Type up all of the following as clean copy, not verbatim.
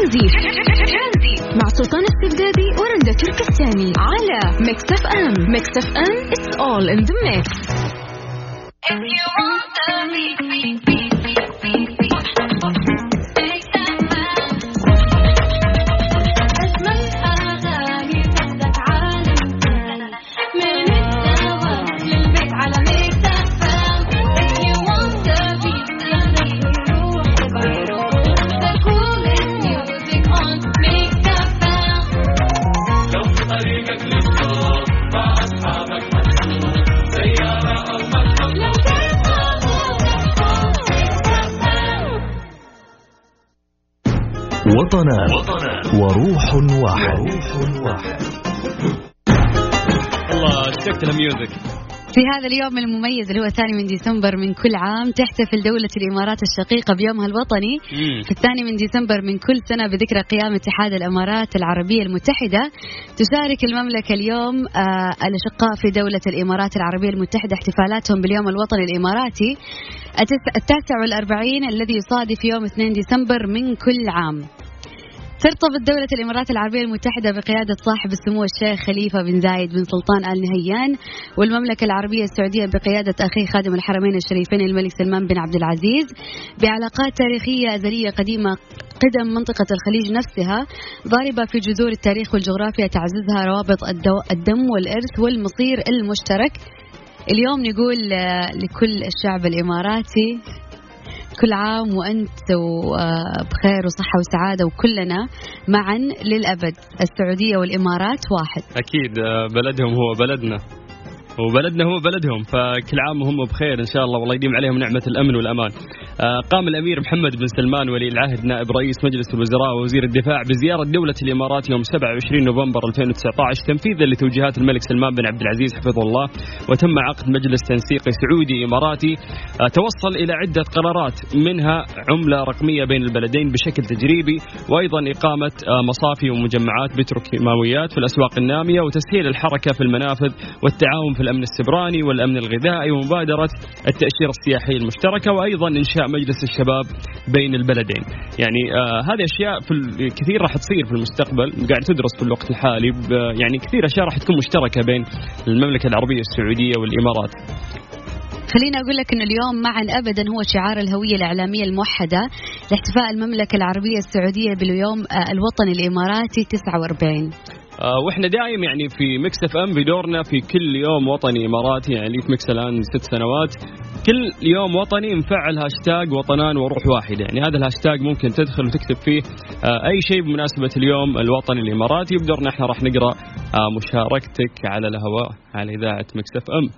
ترانزيت مع سلطان السدادي ورندا تركستاني على ميكس اف ام. ميكس اف ام it's all in the mix. If you want the beat. وطنا وروح واحد. الله اشتقت للميوزك. في هذا اليوم المميز اللي هو 2 من ديسمبر من كل عام تحتفل دولة الإمارات الشقيقة بيومها الوطني في 2 من ديسمبر من كل سنة بذكرى قيام اتحاد الإمارات العربية المتحدة. تشارك المملكة اليوم الأشقاء في دولة الإمارات العربية المتحدة احتفالاتهم باليوم الوطني الإماراتي 49 الذي يصادف يوم 2 ديسمبر من كل عام. ترتبط دولة الإمارات العربية المتحدة بقيادة صاحب السمو الشيخ خليفة بن زايد بن سلطان آل نهيان والمملكة العربية السعودية بقيادة أخيه خادم الحرمين الشريفين الملك سلمان بن عبد العزيز بعلاقات تاريخية أزلية قديمة قدم منطقة الخليج نفسها ضاربة في جذور التاريخ والجغرافيا تعززها روابط الدم والإرث والمصير المشترك. اليوم نقول لكل الشعب الإماراتي كل عام وأنت بخير وصحة وسعادة وكلنا معا للأبد. السعودية والإمارات واحد. أكيد بلدهم هو بلدنا وبلدنا هو بلدهم، فكل عام وهم بخير إن شاء الله والله يديم عليهم نعمة الأمن والأمان. قام الأمير محمد بن سلمان ولي العهد نائب رئيس مجلس الوزراء ووزير الدفاع بزيارة دولة الإمارات يوم 27 نوفمبر 2019 تنفيذا لتوجيهات الملك سلمان بن عبد العزيز حفظه الله، وتم عقد مجلس تنسيقي سعودي إماراتي توصل إلى عدة قرارات منها عملة رقمية بين البلدين بشكل تجريبي، وأيضا إقامة مصافي ومجمعات بتروكيماويات في الأسواق النامية، وتسهيل الحركة في المنافذ، والتعاون في الأمن السبراني والأمن الغذائي، ومبادرة التأشيرة السياحية المشتركة، وأيضا إنشاء مجلس الشباب بين البلدين. يعني هذه أشياء في كثير راح تصير في المستقبل قاعد تدرس في الوقت الحالي، يعني كثير أشياء راح تكون مشتركة بين المملكة العربية السعودية والإمارات. خلينا أقول لك أن اليوم معا أبدا هو شعار الهوية الإعلامية الموحدة لاحتفاء المملكة العربية السعودية باليوم الوطني الإماراتي 49. واحنا دائم يعني في ميكس اف ام بدورنا في كل يوم وطني اماراتي، يعني لي في ميكس الان 6 سنوات، كل يوم وطني نفعل هاشتاج وطنان وروح واحده. يعني هذا الهاشتاج ممكن تدخل وتكتب فيه اي شيء بمناسبه اليوم الوطني الاماراتي، بدورنا احنا راح نقرا مشاركتك على الهواء على اذاعه ميكس اف ام.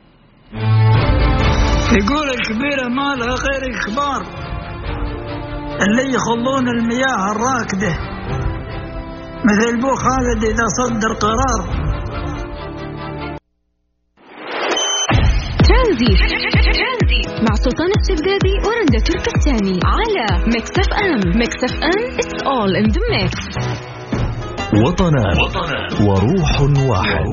يقول الكبيره ما لها غير الكبار اللي يخلون المياه الراكده مثل بو خالد إذا صدر قرار. ترانزيت مع سلطان السدادي ورندا تركستاني على ميكس اف ام. ميكس اف ام it's all in the mix. وطنا وروح واحد.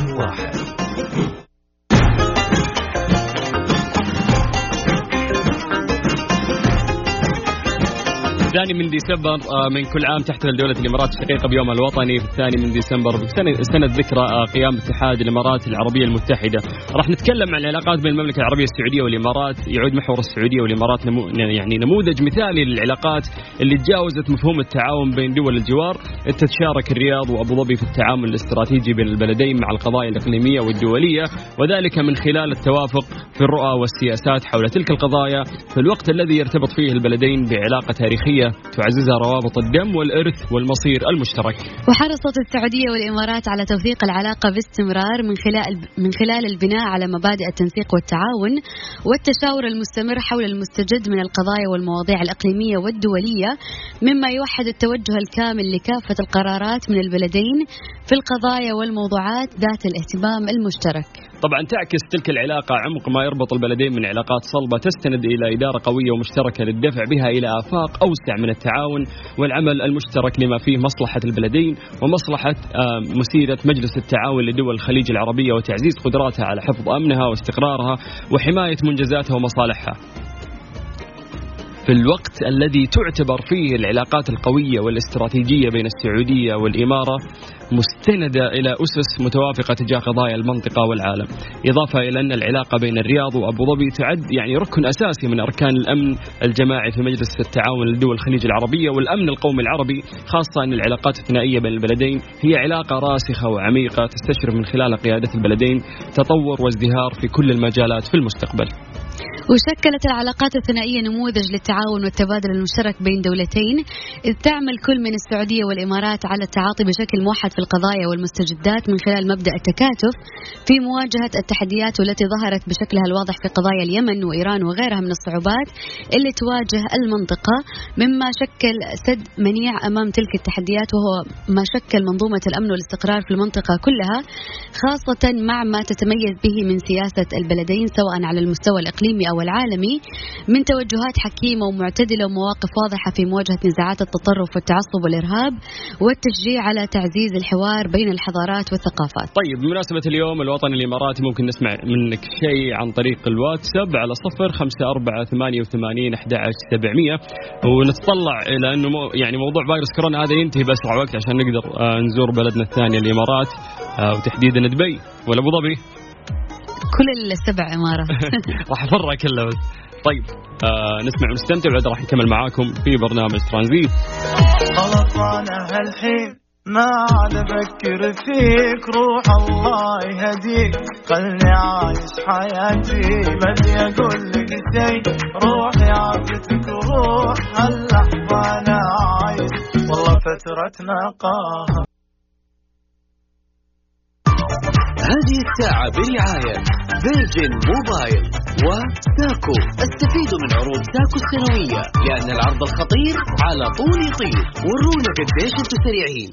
الثاني من ديسمبر من كل عام تحتفل دولة الإمارات الشقيقة بيوم الوطني في 2 من ديسمبر سنة ذكرى قيام اتحاد الإمارات العربية المتحدة. راح نتكلم عن العلاقات بين المملكة العربية السعودية والإمارات. يعود محور السعودية والإمارات يعني نموذج مثالي للعلاقات اللي تجاوزت مفهوم التعاون بين دول الجوار. تتشارك الرياض وأبو ظبي في التعامل الاستراتيجي بين البلدين مع القضايا الإقليمية والدولية، وذلك من خلال التوافق في الرؤى والسياسات حول تلك القضايا في الوقت الذي يرتبط فيه البلدين بعلاقة تاريخية تعززها روابط الدم والإرث والمصير المشترك. وحرصت السعودية والإمارات على توثيق العلاقة باستمرار من خلال البناء على مبادئ التنسيق والتعاون والتشاور المستمر حول المستجد من القضايا والمواضيع الإقليمية والدولية، مما يوحد التوجه الكامل لكافة القرارات من البلدين في القضايا والموضوعات ذات الاهتمام المشترك. طبعا تعكس تلك العلاقة عمق ما يربط البلدين من علاقات صلبة تستند إلى إدارة قوية ومشتركة للدفع بها إلى آفاق أوسع من التعاون والعمل المشترك لما فيه مصلحة البلدين ومصلحة مسيرة مجلس التعاون لدول الخليج العربية وتعزيز قدراتها على حفظ أمنها واستقرارها وحماية منجزاتها ومصالحها. في الوقت الذي تعتبر فيه العلاقات القوية والاستراتيجية بين السعودية والإمارة مستندة إلى أسس متوافقة تجاه قضايا المنطقة والعالم، إضافة إلى أن العلاقة بين الرياض وأبو ظبي تعد يعني ركن أساسي من أركان الأمن الجماعي في مجلس التعاون لدول الخليج العربية والأمن القومي العربي، خاصة أن العلاقات الثنائية بين البلدين هي علاقة راسخة وعميقة تستشرف من خلال قيادة البلدين تطور وازدهار في كل المجالات في المستقبل. وشكلت العلاقات الثنائية نموذج للتعاون والتبادل المشترك بين دولتين، إذ تعمل كل من السعودية والإمارات على التعاطي بشكل موحد في القضايا والمستجدات من خلال مبدأ التكاتف في مواجهة التحديات والتي ظهرت بشكلها الواضح في قضايا اليمن وإيران وغيرها من الصعوبات اللي تواجه المنطقة، مما شكل سد منيع أمام تلك التحديات، وهو ما شكل منظومة الأمن والاستقرار في المنطقة كلها، خاصة مع ما تتميز به من سياسة البلدين سواء على المستوى الإقليمي أو العالمي من توجهات حكيمة ومعتدلة ومواقف واضحة في مواجهة نزاعات التطرف والتعصب والإرهاب والتشجيع علعلى تعزيز الحوار بين الحضارات والثقافات. طيب بمناسبة اليوم الوطني الإماراتي ممكن نسمع منك شيء عن طريق الواتساب على 0548811700 ونتطلع إلى أنه يعني موضوع فيروس كورونا هذا ينتهي بأسرع وقت عشان نقدر نزور بلدنا الثانية الإمارات وتحديدا دبي ولا أبو ظبي، كل السبع إمارات راح أفرق كله بس. طيب نسمع ونستمتع وبعد راح نكمل معاكم في برنامج ترانزيت. خلاص أنا هالحين ما عاد أفكر فيك، روح الله يهديك خلني عايش حياتي، بدي أقول لك شيء روح يعطيك روح هاللحظة أنا عايش والله فترتنا قاهر. هذه الساعة برعاية فيرجن موبايل وساكو. استفيدوا من عروض ساكو السنوية لأن العرض الخطير على طول يطير، ورونا قديش انتوا سريعين.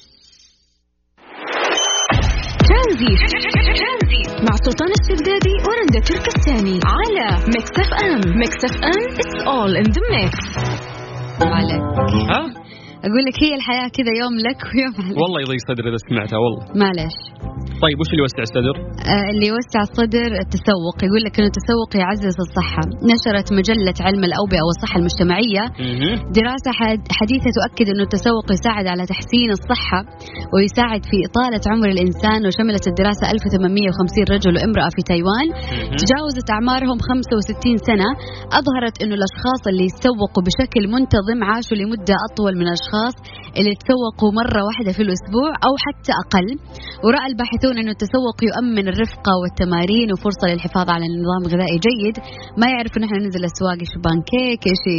ترانزيت مع سلطان الشدادي ورندا تركستاني على ميكس اف ام. ميكس اف ام it's all in the mix. عليك أقول لك هي الحياة كذا، يوم لك ويوم عليك. والله يضيق صدري إذا سمعتها والله. معلش. طيب وش اللي يوسع الصدر؟ اللي يوسع الصدر التسوق. يقول لك إنه التسوق يعزز الصحة. نشرت مجلة علم الأوبئة والصحة المجتمعية دراسة حديثة تؤكد إنه التسوق يساعد على تحسين الصحة ويساعد في إطالة عمر الإنسان، وشملت الدراسة 1850 رجل وامرأة في تايوان تجاوزت أعمارهم 65 سنة، أظهرت إنه الأشخاص اللي يتسوقوا بشكل منتظم عاشوا لمدة أطول من الأشخاص اللي يتسوقوا مرة واحدة في الأسبوع أو حتى أقل. ورأى الباحثون أن التسوق يؤمن الرفقة والتمارين وفرصة للحفاظ على نظام غذائي جيد. ما يعرف إن إحنا ننزل الأسواق إيش بانكيك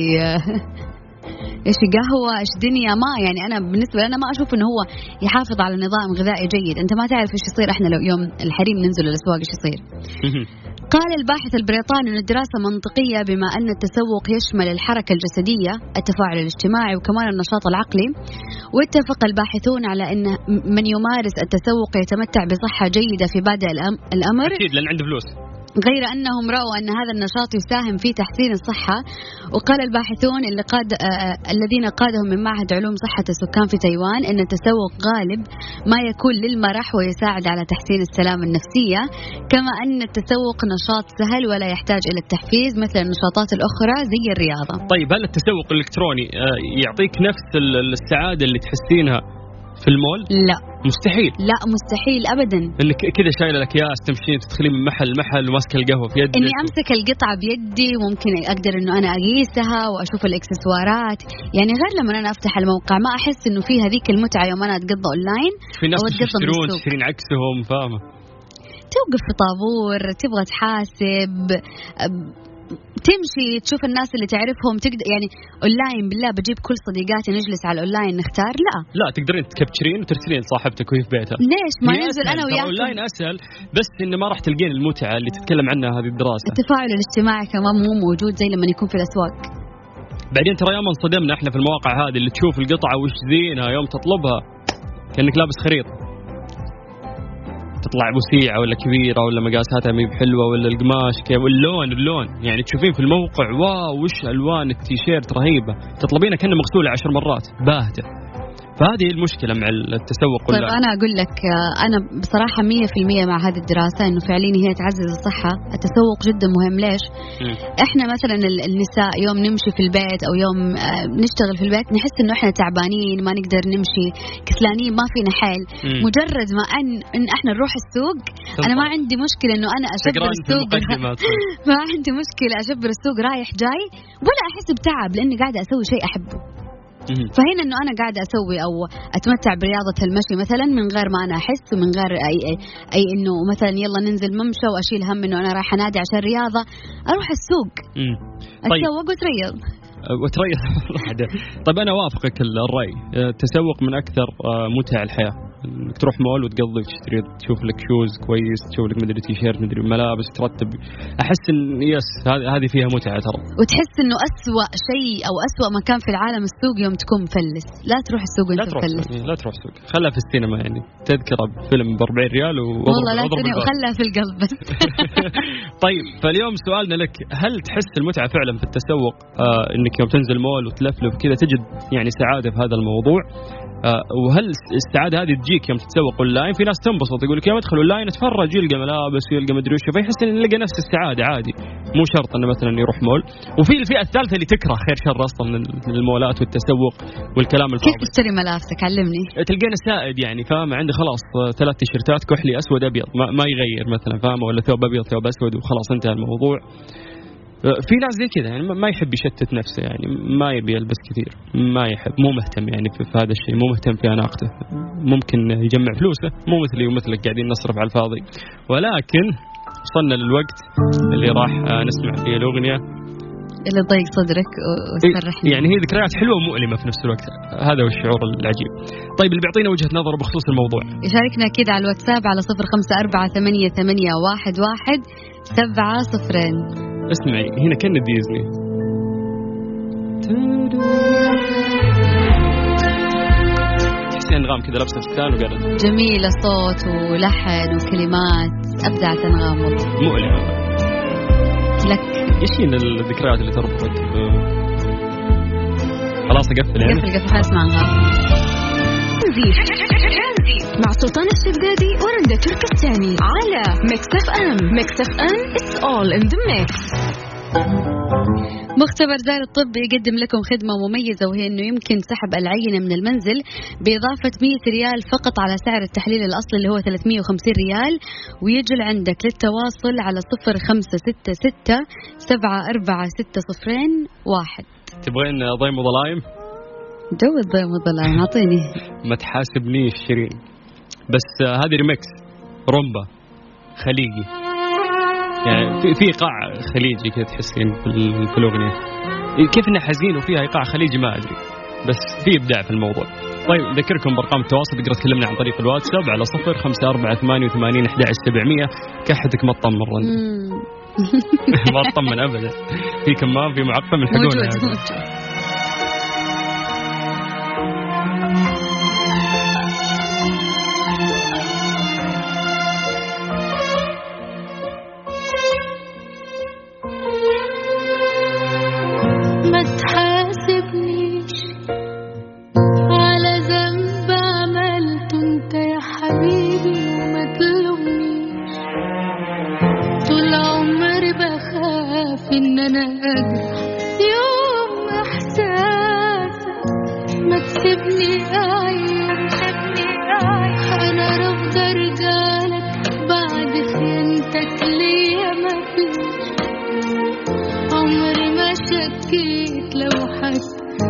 إيش قهوة إيش دنيا، ما يعني أنا بالنسبة لي أنا ما أشوف إنه هو يحافظ على نظام غذائي جيد. أنت ما تعرف إيش يصير، إحنا لو يوم الحريم ننزل الأسواق إيش يصير. قال الباحث البريطاني أن الدراسة منطقية بما أن التسوق يشمل الحركة الجسدية، التفاعل الاجتماعي وكمان النشاط العقلي. واتفق الباحثون على أن من يمارس التسوق يتمتع بصحة جيدة في بادئ الأمر، أكيد لأن عنده فلوس، غير أنهم رأوا أن هذا النشاط يساهم في تحسين الصحة. وقال الباحثون الذين قادهم من معهد علوم صحة السكان في تايوان أن التسوق غالب ما يكون للمرح ويساعد على تحسين السلامة النفسية، كما أن التسوق نشاط سهل ولا يحتاج إلى التحفيز مثل النشاطات الأخرى زي الرياضة. طيب هل التسوق الإلكتروني يعطيك نفس السعادة اللي تحسينها في المول؟ لا مستحيل. لا مستحيل أبدا. انك كذا شايله لك ياس تمشين تدخلين من محل وماسكه القهوه في يدك، اني امسك القطعه بيدي وممكن اقدر انه انا اقيسها واشوف الاكسسوارات، يعني غير لما انا افتح الموقع ما احس انه في هذيك المتعه يوم انا اتقضى اونلاين. في ناس تشترين عكسهم، فاهمه؟ توقف في طابور، تبغى تحاسب، تمشي تشوف الناس اللي تعرفهم، تقدر يعني اونلاين بالله بجيب كل صديقاتي نجلس على الاونلاين نختار. لا تقدرين تكبتشرين وترسلين لصاحبتك وهي في بيتها. ليش ما ننزل انا وياك؟ اونلاين اسهل، بس انه ما راح تلقين المتعه اللي تتكلم عنها هذه الدراسه. التفاعل الاجتماعي كمان مو موجود زي لما يكون في الاسواق. بعدين ترى يوم انصدمنا احنا في المواقع هذه اللي تشوف القطعه وش زينها يوم تطلبها كأنك لابس خريطه، تطلع وسيعة ولا كبيرة ولا مقاساتها مي بحلوة ولا القماش كيف واللون يعني تشوفين في الموقع واو وش ألوان التيشيرت رهيبة، تطلبينها كأنه مغسولة 10 مرات باهتة. فهذه المشكلة مع التسوق. طيب أنا أقول لك، أنا بصراحة 100% مع هذه الدراسة إنه فعليا هي تعزز الصحة. التسوق جدا مهم. ليش؟ إحنا مثلا النساء يوم نمشي في البيت أو يوم نشتغل في البيت نحس إنه إحنا تعبانين، ما نقدر نمشي، كسلانين، ما فينا حيل. مجرد ما إن إحنا نروح السوق، أنا ما عندي مشكلة إنه أنا أشبر السوق ما عندي مشكلة أشبر السوق رايح جاي ولا أحس بتعب لأني قاعدة أسوي شيء أحبه. فهنا إنه أنا قاعدة أسوي أو أتمتع برياضة المشي مثلا من غير ما أنا أحس ومن غير أي إنه مثلا يلا ننزل ممشى وأشيل هم إنه أنا رايحة نادي عشان رياضة، أروح السوق أتسوق وتريض. طيب أنا وافقك الرأي. التسوق من أكثر متع الحياة، انك تروح مول وتقضي وتشتري، تشوف لك شوز كويس، تشوف لك مدري تيشيرت، مدري ملابس، ترتب. احس ان يس هذه فيها متعه ترى. وتحس انه اسوأ شيء او اسوأ مكان في العالم السوق يوم تكون مفلس. لا تروح السوق وانت مفلس. لا تروح السوق، خلها في السينما يعني تذكره فيلم ب40 ريال والله لا وخلها في القلب بس. طيب فاليوم سؤالنا لك، هل تحس المتعه فعلا في التسوق انك يوم تنزل مول وتلفلف كذا تجد يعني سعاده في هذا الموضوع؟ وهل السعاده هذه تجيك يوم تتسوق اونلاين؟ في ناس تنبسط يقول لك يوم ادخل اونلاين اتفرج يلقى ملابس ويلقى مدري وش، فيحس انه يلقى نفس السعاده عادي، مو شرط انه مثلا يروح مول. وفي الفئه الثالثه اللي تكره خير شر اصلا من المولات والتسوق والكلام الفاضي. كيف تشتري ملابسك؟ علمني. تلقينا سائد يعني، فاهم؟ عندي خلاص 3 تيشيرتات كحلي اسود ابيض ما يغير مثلا، فاهم؟ ولا ثوب ابيض ثوب اسود وخلاص انتهى الموضوع. في ناس زي كذا يعني ما يحب يشتت نفسه، يعني ما يبي يلبس كثير، ما يحب، مو مهتم يعني في هذا الشيء، مو مهتم في أناقته. ممكن يجمع فلوسه، مو مثلي ومثلك قاعدين نصرف على الفاضي. ولكن وصلنا للوقت اللي راح نسمع فيه الأغنية اللي تضيق صدرك وتفرحني. يعني هي ذكريات حلوة ومؤلمة في نفس الوقت، هذا هو الشعور العجيب. طيب اللي بيعطينا وجهة نظره بخصوص الموضوع يشاركنا كده على الواتساب على 0548811700. اسمعي هنا كأنه ديزني. تحسين أنغام كذا لابسة فستان وقاعدة جميلة، صوت ولحن وكلمات، أبدعت أنغام والله. مؤلمة لك. إيشين الذكريات اللي تربطك؟ خلاص أقفل يعني. قفل خلاص مع أنغام. مع سلطان الشدادي ورندا تركستاني على ميكس اف ام. ميكس اف ام it's all in the mix. مختبر دار الطب يقدم لكم خدمة مميزة، وهي أنه يمكن سحب العينة من المنزل بإضافة 100 ريال فقط على سعر التحليل الأصلي اللي هو 350 ريال، ويجل عندك. للتواصل على 0566746001. تبغين ضيم وظلايم؟ جو الضيم وظلايم أعطيني. ما تحاسبنيش شيرين، بس هذه ريمكس رومبا خليجي، يعني في إيقاع خليجي كده تحسين في الأغنية. كيف إنها حزين وفيها إيقاع خليجي ما أدري، بس في إبداع في الموضوع. طيب ذكركم بأرقام التواصل، تقدر تكلمنا عن طريق الواتساب على 0548811100. كحتك ما تطمن رند. ما تطمن أبدا، في كمان في معقم الحقونة. ما تحاسبنيش على ذنب عملته انت يا حبيبي، وما تلومنيش. طول عمري بخاف ان انا اجرح يوم احساسك. ما تسيبني اعيش، انا رافضه ارجعلك بعد خيانتك ليا. ما فيش عمري ما شكيت لو حد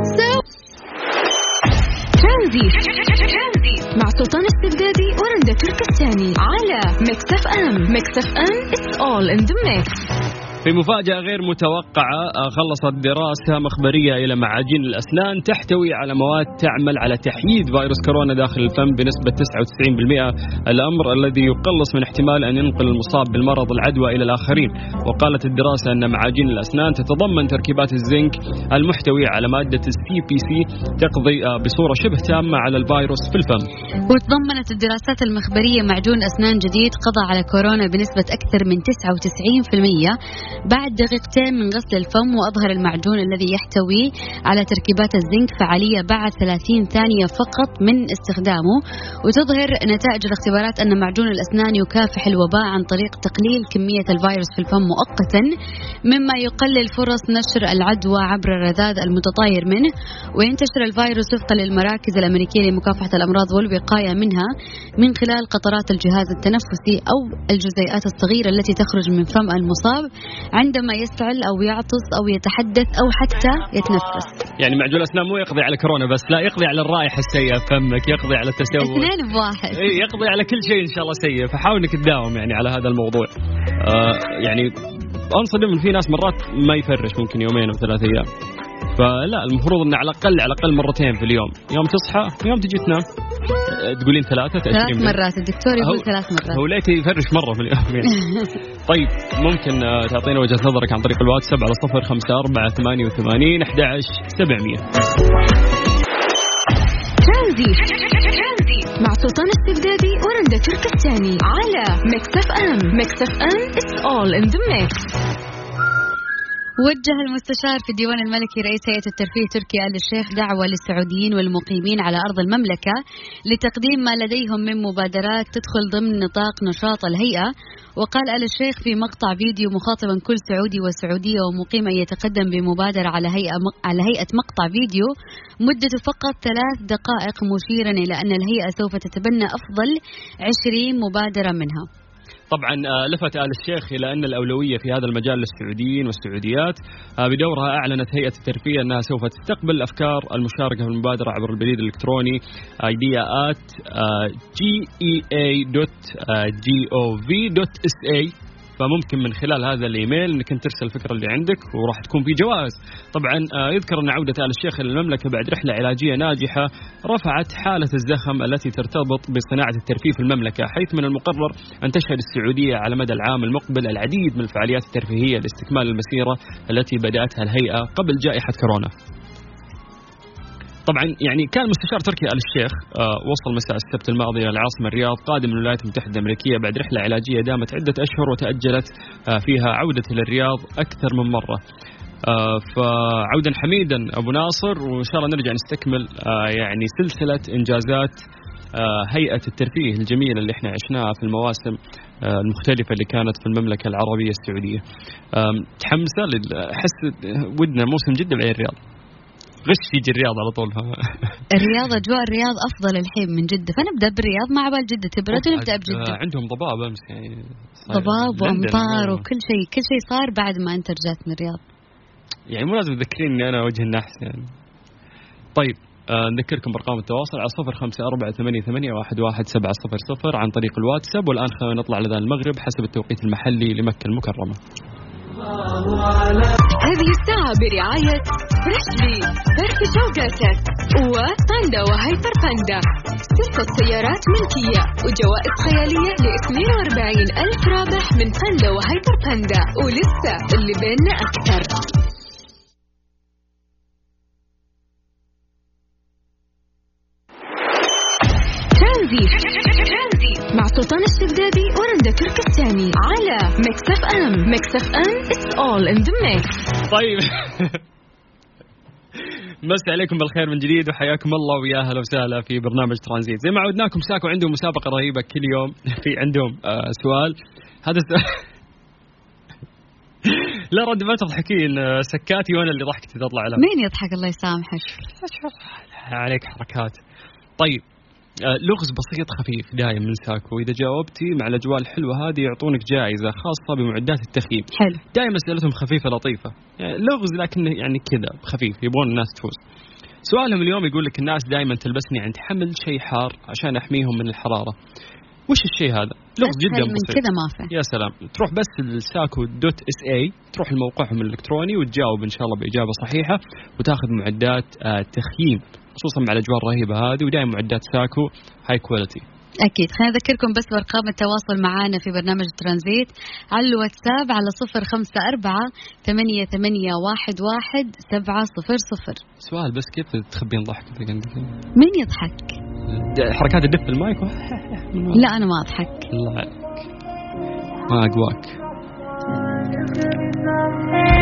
ترانزيت مع سلطان الشدادي ورندا تركستاني على ميكس اف ام. ميكس اف ام it's all in the mix. في مفاجأة غير متوقعة، خلصت دراسة مخبرية إلى معاجين الأسنان تحتوي على مواد تعمل على تحييد فيروس كورونا داخل الفم بنسبة 99%، الأمر الذي يقلص من احتمال أن ينقل المصاب بالمرض العدوى إلى الآخرين. وقالت الدراسة أن معاجين الأسنان تتضمن تركيبات الزنك المحتوية على مادة CPC تقضي بصورة شبه تامة على الفيروس في الفم. وتضمنت الدراسات المخبرية معجون أسنان جديد قضى على كورونا بنسبة أكثر من 99%، بعد دقيقتين من غسل الفم وأظهر المعجون الذي يحتوي على تركيبات الزنك فعالية بعد 30 ثانية فقط من استخدامه. وتظهر نتائج الاختبارات أن معجون الأسنان يكافح الوباء عن طريق تقليل كمية الفيروس في الفم مؤقتا، مما يقلل فرص نشر العدوى عبر الرذاذ المتطاير منه. وينتشر الفيروس وفقا للمراكز الأمريكية لمكافحة الأمراض والوقاية منها من خلال قطرات الجهاز التنفسي أو الجزيئات الصغيرة التي تخرج من فم المصاب عندما يستعل أو يعطس أو يتحدث أو حتى يتنفس. يعني معجون الأسنان مو يقضي على كورونا بس، لا يقضي على الرائحة السيئة في فمك، يقضي على التسوس، اثنين بواحد. يقضي على كل شيء إن شاء الله سيء. فحاول إنك تداوم يعني على هذا الموضوع. يعني أنصدم إن في ناس مرات ما يفرش، ممكن يومين أو 3 أيام. فلا، المفروض إن على الأقل مرتين في اليوم، يوم تصحى يوم تجي تنام. تقولين 3 مرات، الدكتور يقول 3 مرات. هو ليت يفرش مرة في اليوم يعني. طيب ممكن تعطينا وجهة نظرك عن طريق الواتساب على 0548811700. ترانزيت مع سلطان السدادي ورندا تركستاني على ميكس اف ام. ميكس اف ام it's all in the mix. وجه المستشار في الديوان الملكي رئيس هيئة الترفيه تركي آل الشيخ دعوة للسعوديين والمقيمين على أرض المملكة لتقديم ما لديهم من مبادرات تدخل ضمن نطاق نشاط الهيئة. وقال آل الشيخ في مقطع فيديو مخاطبا كل سعودي وسعودية ومقيم أن يتقدم بمبادرة على هيئة مقطع فيديو مدته فقط 3 دقائق، مشيرا إلى أن الهيئة سوف تتبنى أفضل 20 مبادرة منها. طبعا لفت آل الشيخ إلى أن الأولوية في هذا المجال للسعوديين والسعوديات. بدورها أعلنت هيئة الترفيه أنها سوف تستقبل أفكار المشاركة في المبادرة عبر البريد الإلكتروني idea@geeov.sa. فممكن من خلال هذا الإيميل أنك ترسل الفكرة اللي عندك وراح تكون في جوائز. طبعا يذكر أن عودة آل الشيخ إلى المملكة بعد رحلة علاجية ناجحة رفعت حالة الزخم التي ترتبط بصناعة الترفيه في المملكة، حيث من المقرر أن تشهد السعودية على مدى العام المقبل العديد من الفعاليات الترفيهية لاستكمال المسيرة التي بدأتها الهيئة قبل جائحة كورونا. طبعا يعني كان مستشار تركي آل الشيخ وصل مساء السبت الماضي إلى العاصمة الرياض قادم من الولايات المتحدة الأمريكية بعد رحلة علاجية دامت عدة أشهر وتأجلت فيها عودته للرياض أكثر من مرة. فعودا حميدا أبو ناصر، وإن شاء الله نرجع نستكمل يعني سلسلة إنجازات هيئة الترفيه الجميلة اللي احنا عشناها في المواسم المختلفة اللي كانت في المملكة العربية السعودية. تحمسة أحس ودنا موسم جدة بعد الرياض، غش يجي الرياض على طول. الرياض، أجواء الرياض أفضل الحين من جدة، فنبدأ بالرياض مع بال جدة تبرد ونبدأ بجدة. عندهم ضباب أمس يعني، ضباب وأمطار وكل شيء صار بعد ما أنت رجعت من الرياض. يعني مو لازم تذكرين إني أنا وجه النحس يعني. طيب نذكركم بأرقام التواصل على 0548811700 عن طريق الواتساب. والآن خلينا نطلع لذان المغرب حسب التوقيت المحلي لمكة المكرمة. هذه الساعة برعاية فريشلي فرق شوقاتك وباندا وهايبر باندا، 6 سيارات ملكية وجوائز خيالية ل42,000 رابح من باندا وهايبر باندا، ولسه اللي بيننا أكثر. ترانزيت مع سلطان السدادي ورندا تركستاني على ميكس اف ام. ميكس اف ام it's all in the mix. طيب مسا عليكم بالخير من جديد وحياكم الله ويا اهلا وسهلا في برنامج ترانزيت. زي ما عودناكم ساكو عندهم مسابقة رهيبة كل يوم. في عندهم سؤال، هذا لا رد ما تضحكين، سكاتي وانا اللي ضحكتي تطلع لها. مين يضحك الله يسامحك؟ عليك حركات. طيب لغز بسيط خفيف دايم من ساكو، إذا جاوبتي مع الأجواء الحلوة هذه يعطونك جائزة خاصة بمعدات التخييم. حلو. دايم أسئلتهم خفيفة لطيفة، يعني لغز لكنه يعني كذا خفيف، يبغون الناس تفوز. سؤالهم اليوم يقول لك الناس دايما تلبسني عند حمل شيء حار عشان أحميهم من الحرارة. وش الشيء هذا؟ لغز جدا بسيط كذا ما في. يا سلام، تروح بس للساكو.sa، تروح لموقعهم الإلكتروني وتجاوب إن شاء الله بإجابة صحيحة وتأخذ معدات تخييم، خصوصا مع الأجواء الرهيبة هذه، ودائما معدات ساكو هاي كواليتي. أكيد. خلينا نذكركم بس بأرقام التواصل معنا في برنامج ترانزيت على الواتساب على 0548811700. سؤال بس، كيف تخبين ضحك عندك؟ مين يضحك؟ حركات الدف المايك. لا أنا ما أضحك. الله عليك، ما أقواك. غير ذنبي